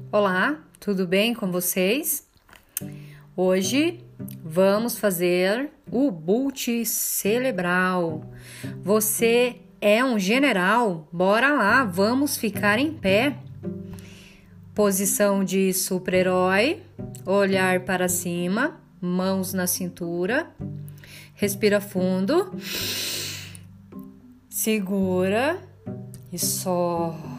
Olá, tudo bem com vocês? Hoje vamos fazer o boot cerebral. Você é um general? Bora lá, vamos ficar em pé. Posição de super-herói, olhar para cima, mãos na cintura. Respira fundo. Segura e solta.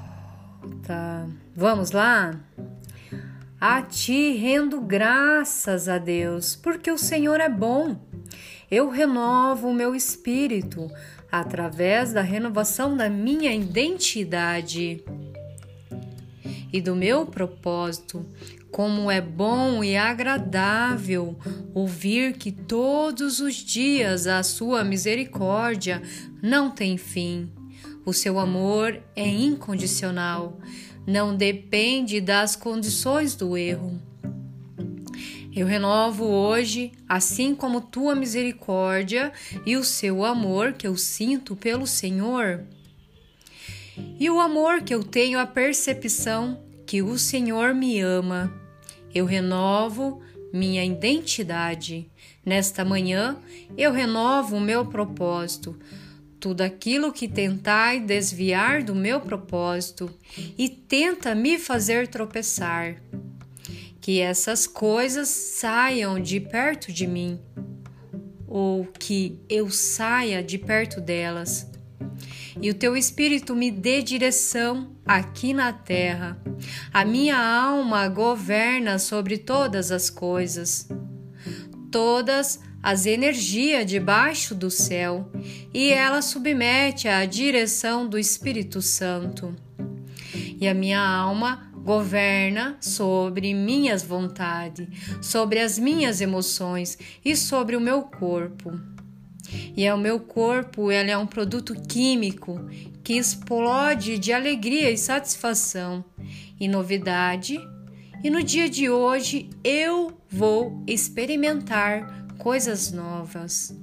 Vamos lá? A ti rendo graças a Deus, porque o Senhor é bom. Eu renovo o meu espírito através da renovação da minha identidade e do meu propósito. Como é bom e agradável ouvir que todos os dias a sua misericórdia não tem fim. O seu amor é incondicional, não depende das condições do erro. Eu renovo hoje, assim como tua misericórdia e o seu amor que eu sinto pelo Senhor. E o amor que eu tenho a percepção que o Senhor me ama. Eu renovo minha identidade. Nesta manhã, eu renovo o meu propósito. Tudo aquilo que tentai desviar do meu propósito e tenta me fazer tropeçar. Que essas coisas saiam de perto de mim, ou que eu saia de perto delas. E o teu Espírito me dê direção aqui na terra. A minha alma governa sobre todas as coisas, todas as energias debaixo do céu, e ela submete à direção do Espírito Santo. E a minha alma governa sobre minhas vontades, sobre as minhas emoções e sobre o meu corpo. E o meu corpo, ele é um produto químico que explode de alegria e satisfação e novidade. E no dia de hoje eu vou experimentar coisas novas.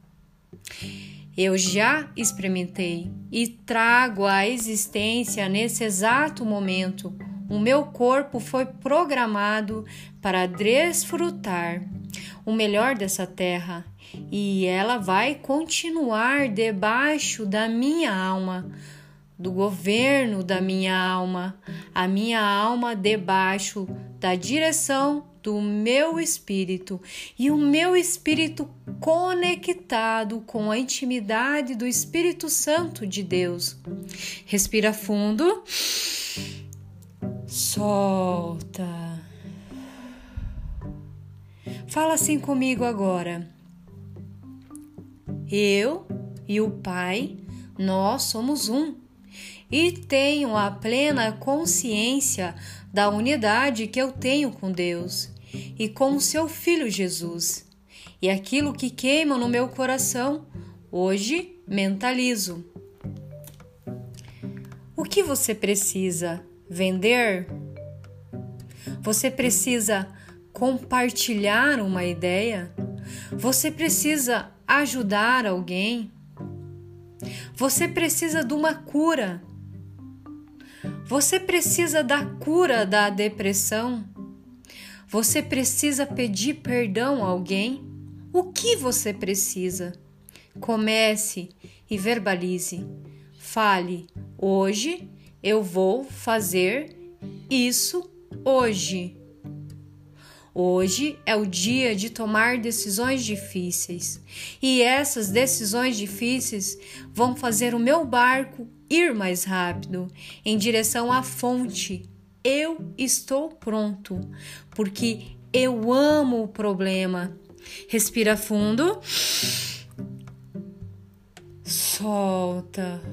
Eu já experimentei e trago à existência nesse exato momento. O meu corpo foi programado para desfrutar o melhor dessa terra e ela vai continuar debaixo da minha alma, do governo da minha alma, a minha alma debaixo da direção do meu espírito e o meu espírito conectado com a intimidade do Espírito Santo de Deus. Respira fundo. Solta. Fala assim comigo agora. Eu e o Pai, nós somos um. E tenho a plena consciência da unidade que eu tenho com Deus e com o seu Filho Jesus. E aquilo que queima no meu coração, hoje mentalizo. O que você precisa? Vender? Você precisa compartilhar uma ideia? Você precisa ajudar alguém? Você precisa de uma cura? Você precisa da cura da depressão? Você precisa pedir perdão a alguém? O que você precisa? Comece e verbalize. Fale, hoje eu vou fazer isso hoje. Hoje é o dia de tomar decisões difíceis. E essas decisões difíceis vão fazer o meu barco ir mais rápido, em direção à fonte. Eu estou pronto, porque eu amo o problema. Respira fundo. Solta.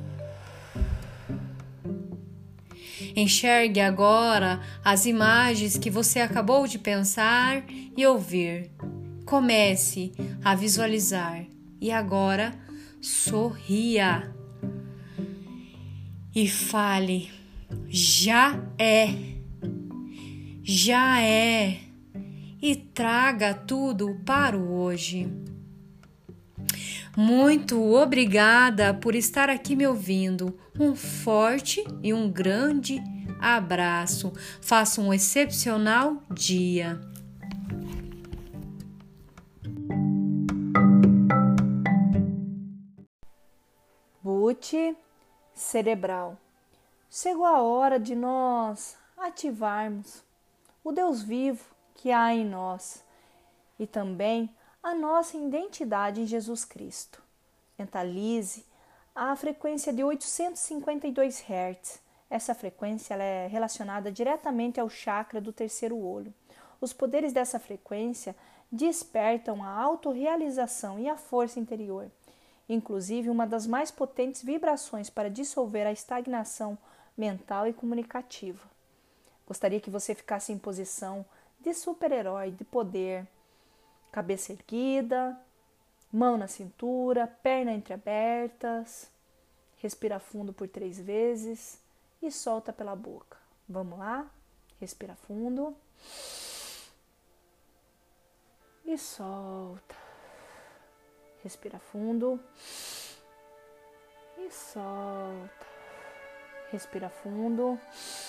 Enxergue agora as imagens que você acabou de pensar e ouvir. Comece a visualizar. E agora, sorria. E fale, já é, e traga tudo para o hoje. Muito obrigada por estar aqui me ouvindo. Um forte e um grande Abraço. Faça um excepcional dia. Boot cerebral. Chegou a hora de nós ativarmos o Deus vivo que há em nós e também a nossa identidade em Jesus Cristo. Mentalize a frequência de 852 Hz. Essa frequência ela é relacionada diretamente ao chakra do terceiro olho. Os poderes dessa frequência despertam a autorrealização e a força interior. Inclusive, uma das mais potentes vibrações para dissolver a estagnação mental e comunicativa. Gostaria que você ficasse em posição de super-herói, de poder, cabeça erguida, mão na cintura, perna entreabertas. Respira fundo por 3 vezes e solta pela boca. Vamos lá? Respira fundo e solta. Respira fundo e solta. Respira fundo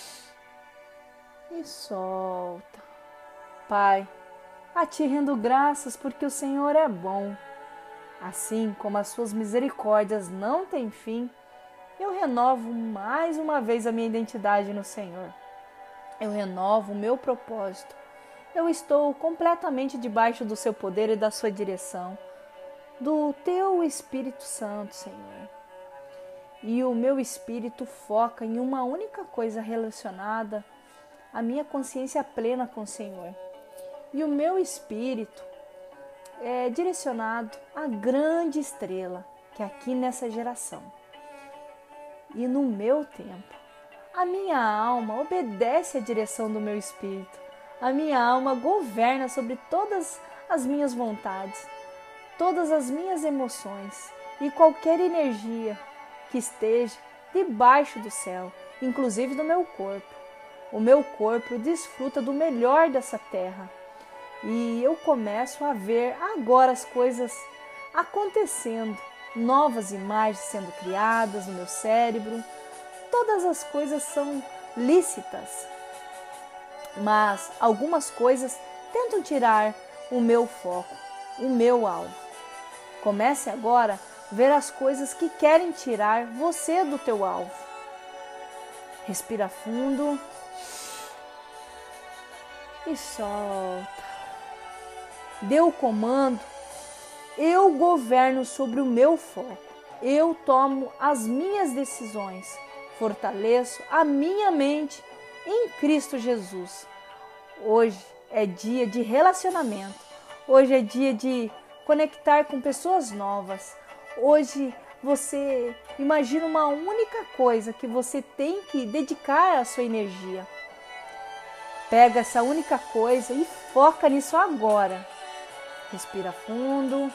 e solta. Pai, a Ti rendo graças porque o Senhor é bom. Assim como as Suas misericórdias não têm fim, eu renovo mais uma vez a minha identidade no Senhor. Eu renovo o meu propósito. Eu estou completamente debaixo do Seu poder e da Sua direção, do Teu Espírito Santo, Senhor. E o meu espírito foca em uma única coisa relacionada à minha consciência plena com o Senhor. E o meu espírito é direcionado à grande estrela que é aqui nessa geração. E no meu tempo, a minha alma obedece à direção do meu espírito. A minha alma governa sobre todas as minhas vontades, todas as minhas emoções e qualquer energia que esteja debaixo do céu, inclusive do meu corpo. O meu corpo desfruta do melhor dessa terra e eu começo a ver agora as coisas acontecendo, novas imagens sendo criadas no meu cérebro. Todas as coisas são lícitas, mas algumas coisas tentam tirar o meu foco, o meu alvo. Comece agora a ver as coisas que querem tirar você do teu alvo. Respira fundo e solta. Dê o comando. Eu governo sobre o meu foco. Eu tomo as minhas decisões. Fortaleço a minha mente em Cristo Jesus. Hoje é dia de relacionamento. Hoje é dia de conectar com pessoas novas. Hoje você imagina uma única coisa que você tem que dedicar a sua energia. Pega essa única coisa e foca nisso agora. Respira fundo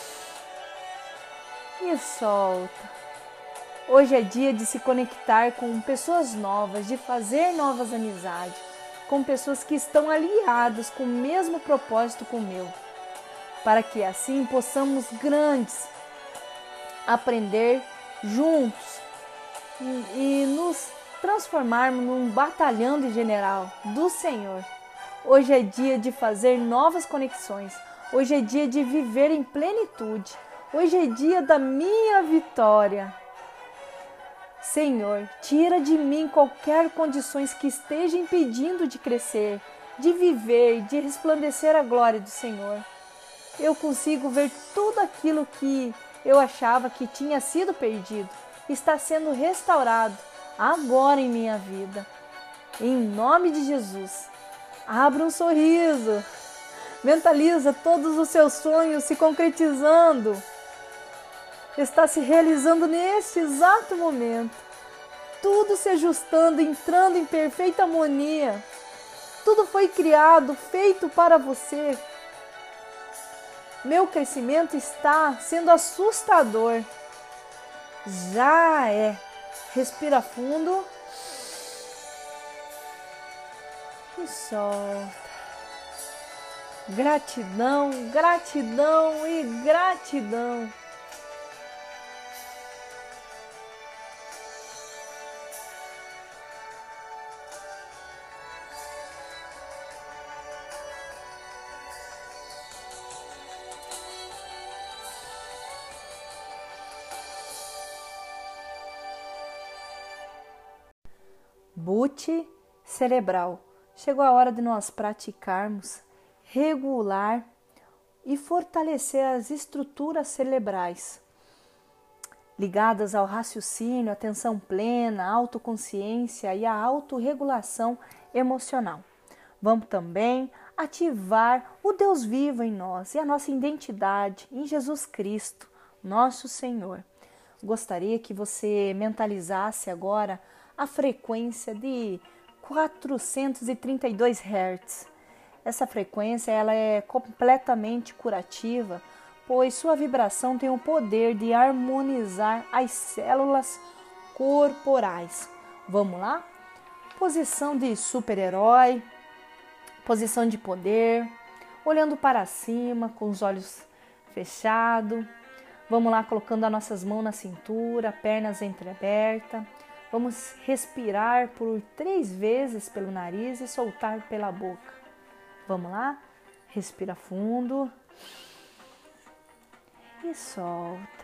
e solta. Hoje é dia de se conectar com pessoas novas, de fazer novas amizades, com pessoas que estão aliadas com o mesmo propósito que o meu, para que assim possamos grandes aprender juntos e nos transformarmos num batalhão de general do Senhor. Hoje é dia de fazer novas conexões. Hoje é dia de viver em plenitude. Hoje é dia da minha vitória. Senhor, tira de mim qualquer condições que esteja impedindo de crescer, de viver, de resplandecer a glória do Senhor. Eu consigo ver tudo aquilo que eu achava que tinha sido perdido, está sendo restaurado agora em minha vida. Em nome de Jesus, abra um sorriso. Mentaliza todos os seus sonhos se concretizando. Está se realizando neste exato momento. Tudo se ajustando, entrando em perfeita harmonia. Tudo foi criado, feito para você. Meu crescimento está sendo assustador. Já é. Respira fundo e solta. Gratidão, gratidão e gratidão. Boot cerebral. Chegou a hora de nós praticarmos, regular e fortalecer as estruturas cerebrais ligadas ao raciocínio, atenção plena, autoconsciência e a autorregulação emocional. Vamos também ativar o Deus vivo em nós e a nossa identidade em Jesus Cristo, nosso Senhor. Gostaria que você mentalizasse agora a frequência de 432 Hz. Essa frequência ela é completamente curativa, pois sua vibração tem o poder de harmonizar as células corporais. Vamos lá? Posição de super-herói, posição de poder, olhando para cima, com os olhos fechados. Vamos lá, colocando as nossas mãos na cintura, pernas entreabertas. Vamos respirar por 3 vezes pelo nariz e soltar pela boca. Vamos lá? Respira fundo. E solta.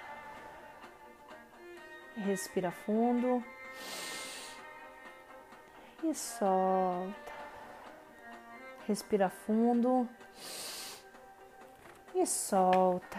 Respira fundo. E solta. Respira fundo. E solta.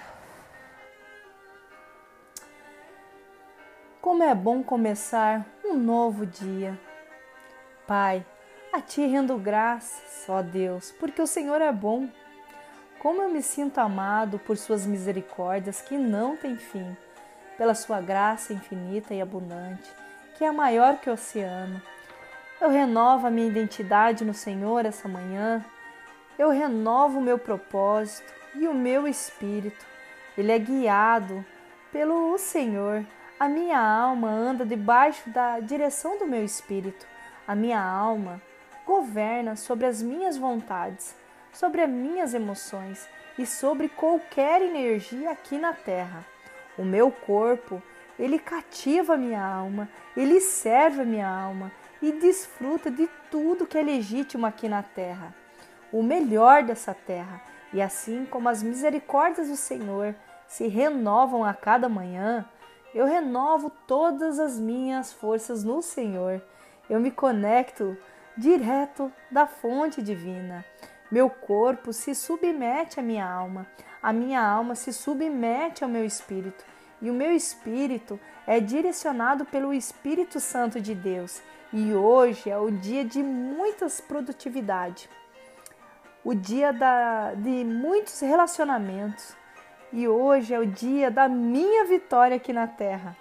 Como é bom começar um novo dia. Pai, a Ti rendo graças, ó Deus, porque o Senhor é bom. Como eu me sinto amado por Suas misericórdias que não têm fim, pela Sua graça infinita e abundante, que é maior que o oceano. Eu renovo a minha identidade no Senhor essa manhã. Eu renovo o meu propósito e o meu espírito. Ele é guiado pelo Senhor. A minha alma anda debaixo da direção do meu espírito. A minha alma governa sobre as minhas vontades, sobre as minhas emoções e sobre qualquer energia aqui na Terra. O meu corpo, ele cativa a minha alma, ele serve a minha alma e desfruta de tudo que é legítimo aqui na Terra, o melhor dessa Terra. E assim como as misericórdias do Senhor se renovam a cada manhã, eu renovo todas as minhas forças no Senhor. Eu me conecto direto da fonte divina. Meu corpo se submete à minha alma se submete ao meu espírito, e o meu espírito é direcionado pelo Espírito Santo de Deus. E hoje é o dia de muitas produtividade, o dia de muitos relacionamentos, e hoje é o dia da minha vitória aqui na Terra.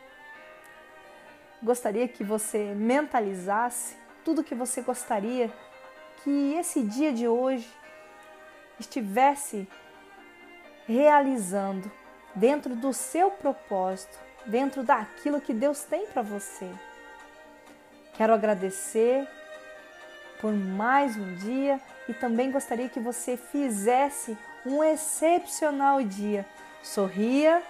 Gostaria que você mentalizasse tudo que você gostaria que esse dia de hoje estivesse realizando dentro do seu propósito, dentro daquilo que Deus tem para você. Quero agradecer por mais um dia e também gostaria que você fizesse um excepcional dia. Sorria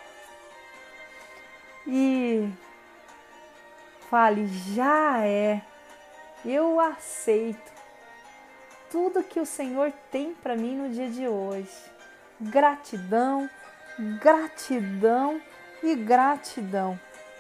e fale: já é, eu aceito tudo que o Senhor tem para mim no dia de hoje. Gratidão, gratidão e gratidão.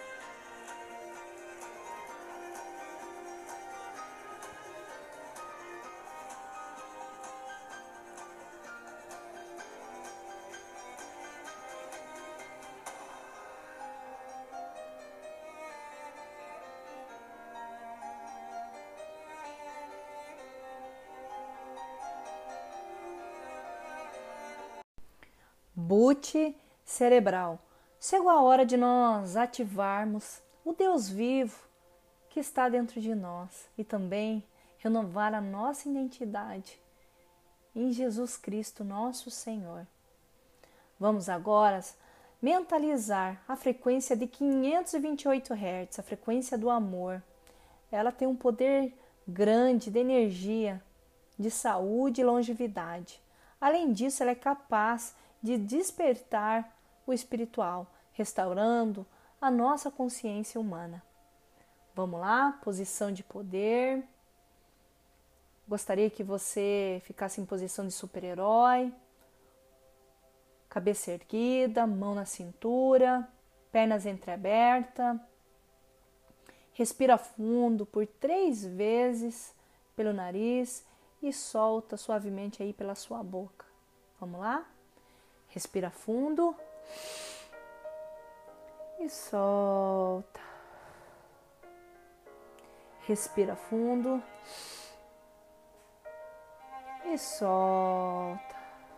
Boot cerebral. Chegou a hora de nós ativarmos o Deus vivo que está dentro de nós e também renovar a nossa identidade em Jesus Cristo, nosso Senhor. Vamos agora mentalizar a frequência de 528 Hz, a frequência do amor. Ela tem um poder grande de energia, de saúde e longevidade. Além disso, ela é capaz de despertar o espiritual, restaurando a nossa consciência humana. Vamos lá, posição de poder. Gostaria que você ficasse em posição de super-herói, cabeça erguida, mão na cintura, pernas entreabertas. Respira fundo por 3 vezes pelo nariz e solta suavemente aí pela sua boca. Vamos lá? Respira fundo e solta. Respira fundo e solta.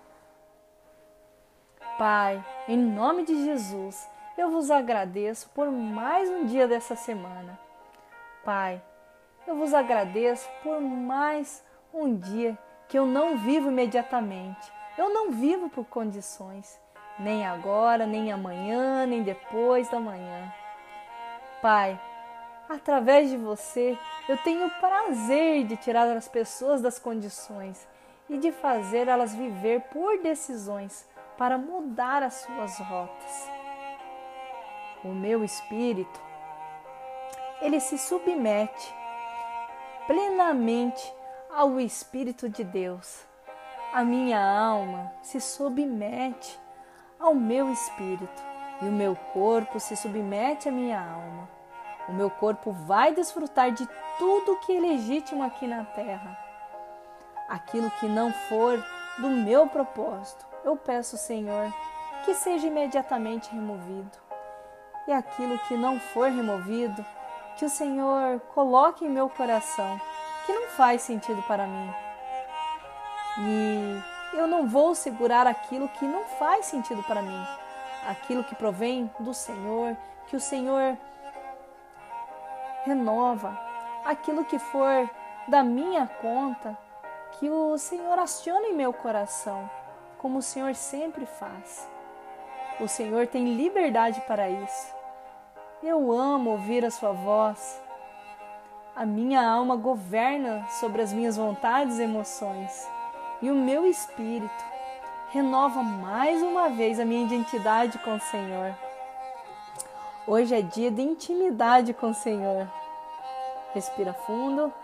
Pai, em nome de Jesus, eu vos agradeço por mais um dia dessa semana. Pai, eu vos agradeço por mais um dia que eu não vivo imediatamente. Eu não vivo por condições, nem agora, nem amanhã, nem depois da manhã. Pai, através de você, eu tenho o prazer de tirar as pessoas das condições e de fazer elas viver por decisões para mudar as suas rotas. O meu espírito, ele se submete plenamente ao Espírito de Deus. A minha alma se submete ao meu espírito e o meu corpo se submete à minha alma. O meu corpo vai desfrutar de tudo que é legítimo aqui na terra. Aquilo que não for do meu propósito, eu peço, Senhor, que seja imediatamente removido. E aquilo que não for removido, que o Senhor coloque em meu coração, que não faz sentido para mim. E eu não vou segurar aquilo que não faz sentido para mim. Aquilo que provém do Senhor, que o Senhor renova. Aquilo que for da minha conta, que o Senhor acione em meu coração, como o Senhor sempre faz. O Senhor tem liberdade para isso. Eu amo ouvir a sua voz. A minha alma governa sobre as minhas vontades e emoções. E o meu espírito renova mais uma vez a minha identidade com o Senhor. Hoje é dia de intimidade com o Senhor. Respira fundo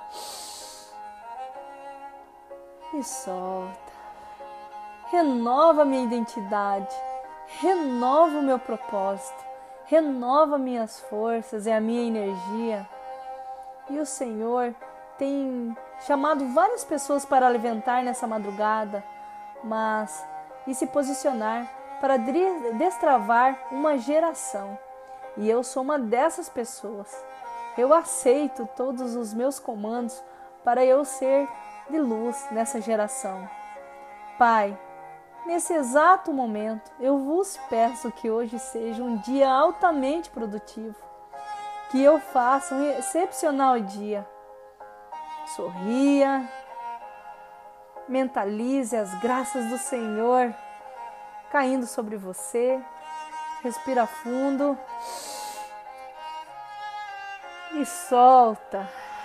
e solta. Renova a minha identidade, renova o meu propósito, renova minhas forças e a minha energia. E o Senhor tem chamado várias pessoas para levantar nessa madrugada, e se posicionar para destravar uma geração. E eu sou uma dessas pessoas. Eu aceito todos os meus comandos para eu ser de luz nessa geração. Pai, nesse exato momento, eu vos peço que hoje seja um dia altamente produtivo, que eu faça um excepcional dia. Sorria, mentalize as graças do Senhor caindo sobre você. Respira fundo e solta.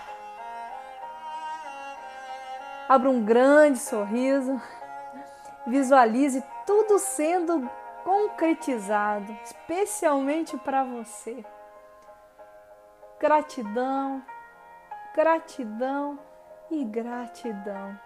Abra um grande sorriso. Visualize tudo sendo concretizado, especialmente para você. Gratidão, gratidão e gratidão.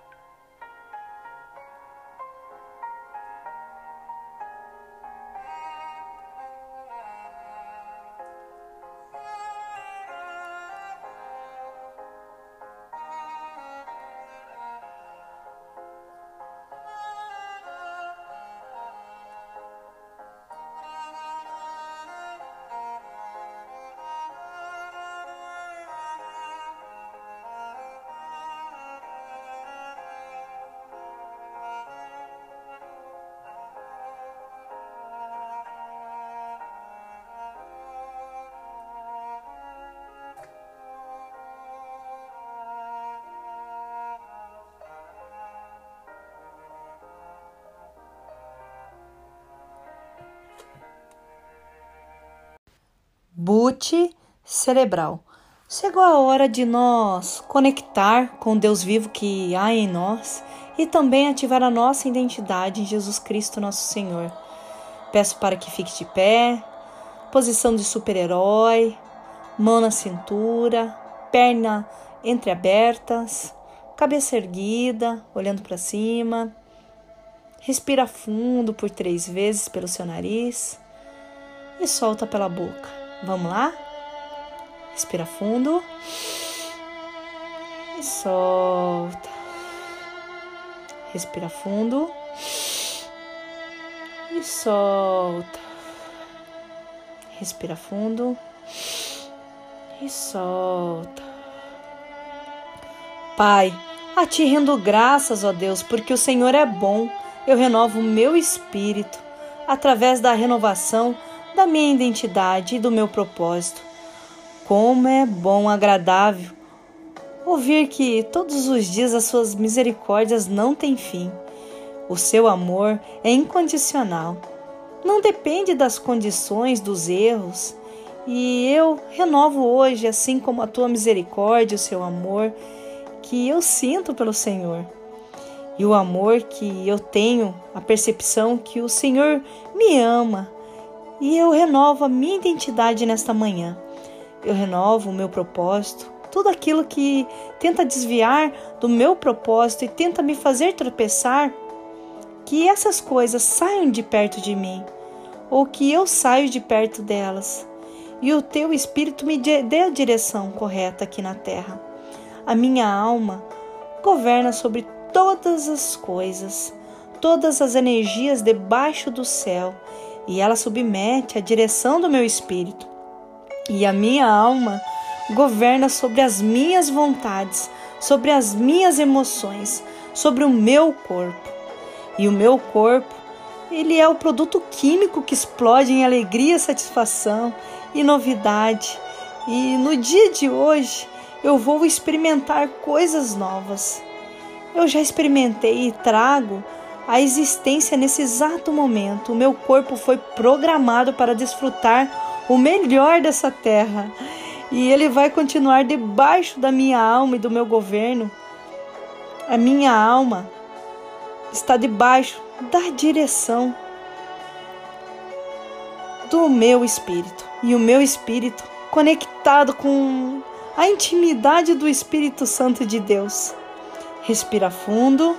Boot cerebral. Chegou a hora de nós conectar com o Deus vivo que há em nós e também ativar a nossa identidade em Jesus Cristo, nosso Senhor. Peço para que fique de pé, posição de super-herói, mão na cintura, perna entreabertas, cabeça erguida, olhando para cima. Respira fundo por 3 vezes pelo seu nariz e solta pela boca. Vamos lá? Respira fundo e solta. Respira fundo e solta. Respira fundo e solta. Pai, a Ti rendo graças, ó Deus, porque o Senhor é bom. Eu renovo o meu espírito através da renovação da minha identidade e do meu propósito. Como é bom, agradável, ouvir que todos os dias as Suas misericórdias não têm fim. O Seu amor é incondicional, não depende das condições, dos erros. E eu renovo hoje, assim como a Tua misericórdia, o Seu amor, que eu sinto pelo Senhor. E o amor que eu tenho, a percepção que o Senhor me ama. E eu renovo a minha identidade nesta manhã. Eu renovo o meu propósito, tudo aquilo que tenta desviar do meu propósito e tenta me fazer tropeçar, que essas coisas saiam de perto de mim, ou que eu saio de perto delas, e o Teu Espírito me dê a direção correta aqui na terra. A minha alma governa sobre todas as coisas, todas as energias debaixo do céu, e ela submete a direção do meu espírito. E a minha alma governa sobre as minhas vontades, sobre as minhas emoções, sobre o meu corpo. E o meu corpo, ele é o produto químico que explode em alegria, satisfação e novidade. E no dia de hoje, eu vou experimentar coisas novas. Eu já experimentei e trago a existência nesse exato momento. O meu corpo foi programado para desfrutar o melhor dessa terra. E ele vai continuar debaixo da minha alma e do meu governo. A minha alma está debaixo da direção do meu espírito. E o meu espírito conectado com a intimidade do Espírito Santo de Deus. Respira fundo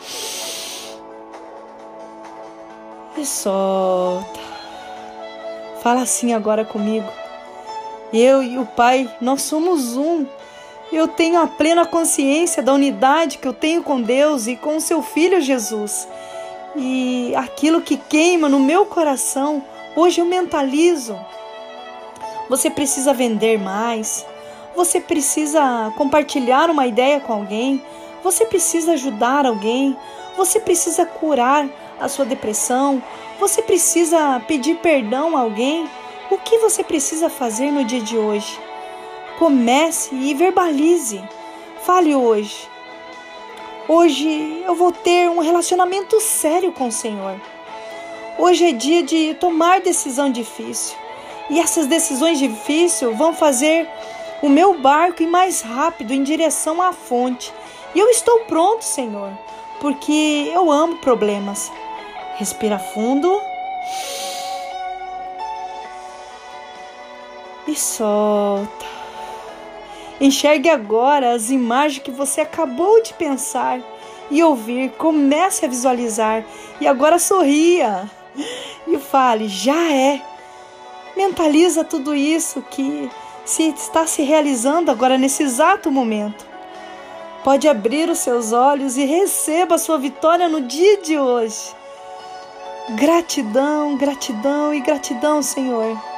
e solta. Fala assim agora comigo. Eu e o Pai, nós somos um. Eu tenho a plena consciência da unidade que eu tenho com Deus e com o Seu Filho Jesus. E aquilo que queima no meu coração, hoje eu mentalizo. Você precisa vender mais. Você precisa compartilhar uma ideia com alguém. Você precisa ajudar alguém. Você precisa curar a sua depressão. Você precisa pedir perdão a alguém. O que você precisa fazer no dia de hoje? Comece e verbalize. Fale hoje. Hoje eu vou ter um relacionamento sério com o Senhor. Hoje é dia de tomar decisão difícil. E essas decisões difíceis vão fazer o meu barco ir mais rápido em direção à fonte. E eu estou pronto, Senhor, porque eu amo problemas. Respira fundo e solta. Enxergue agora as imagens que você acabou de pensar e ouvir. Comece a visualizar e agora sorria e fale, já é. Mentaliza tudo isso que está se realizando agora nesse exato momento. Pode abrir os seus olhos e receba a sua vitória no dia de hoje. Gratidão, gratidão e gratidão, Senhor.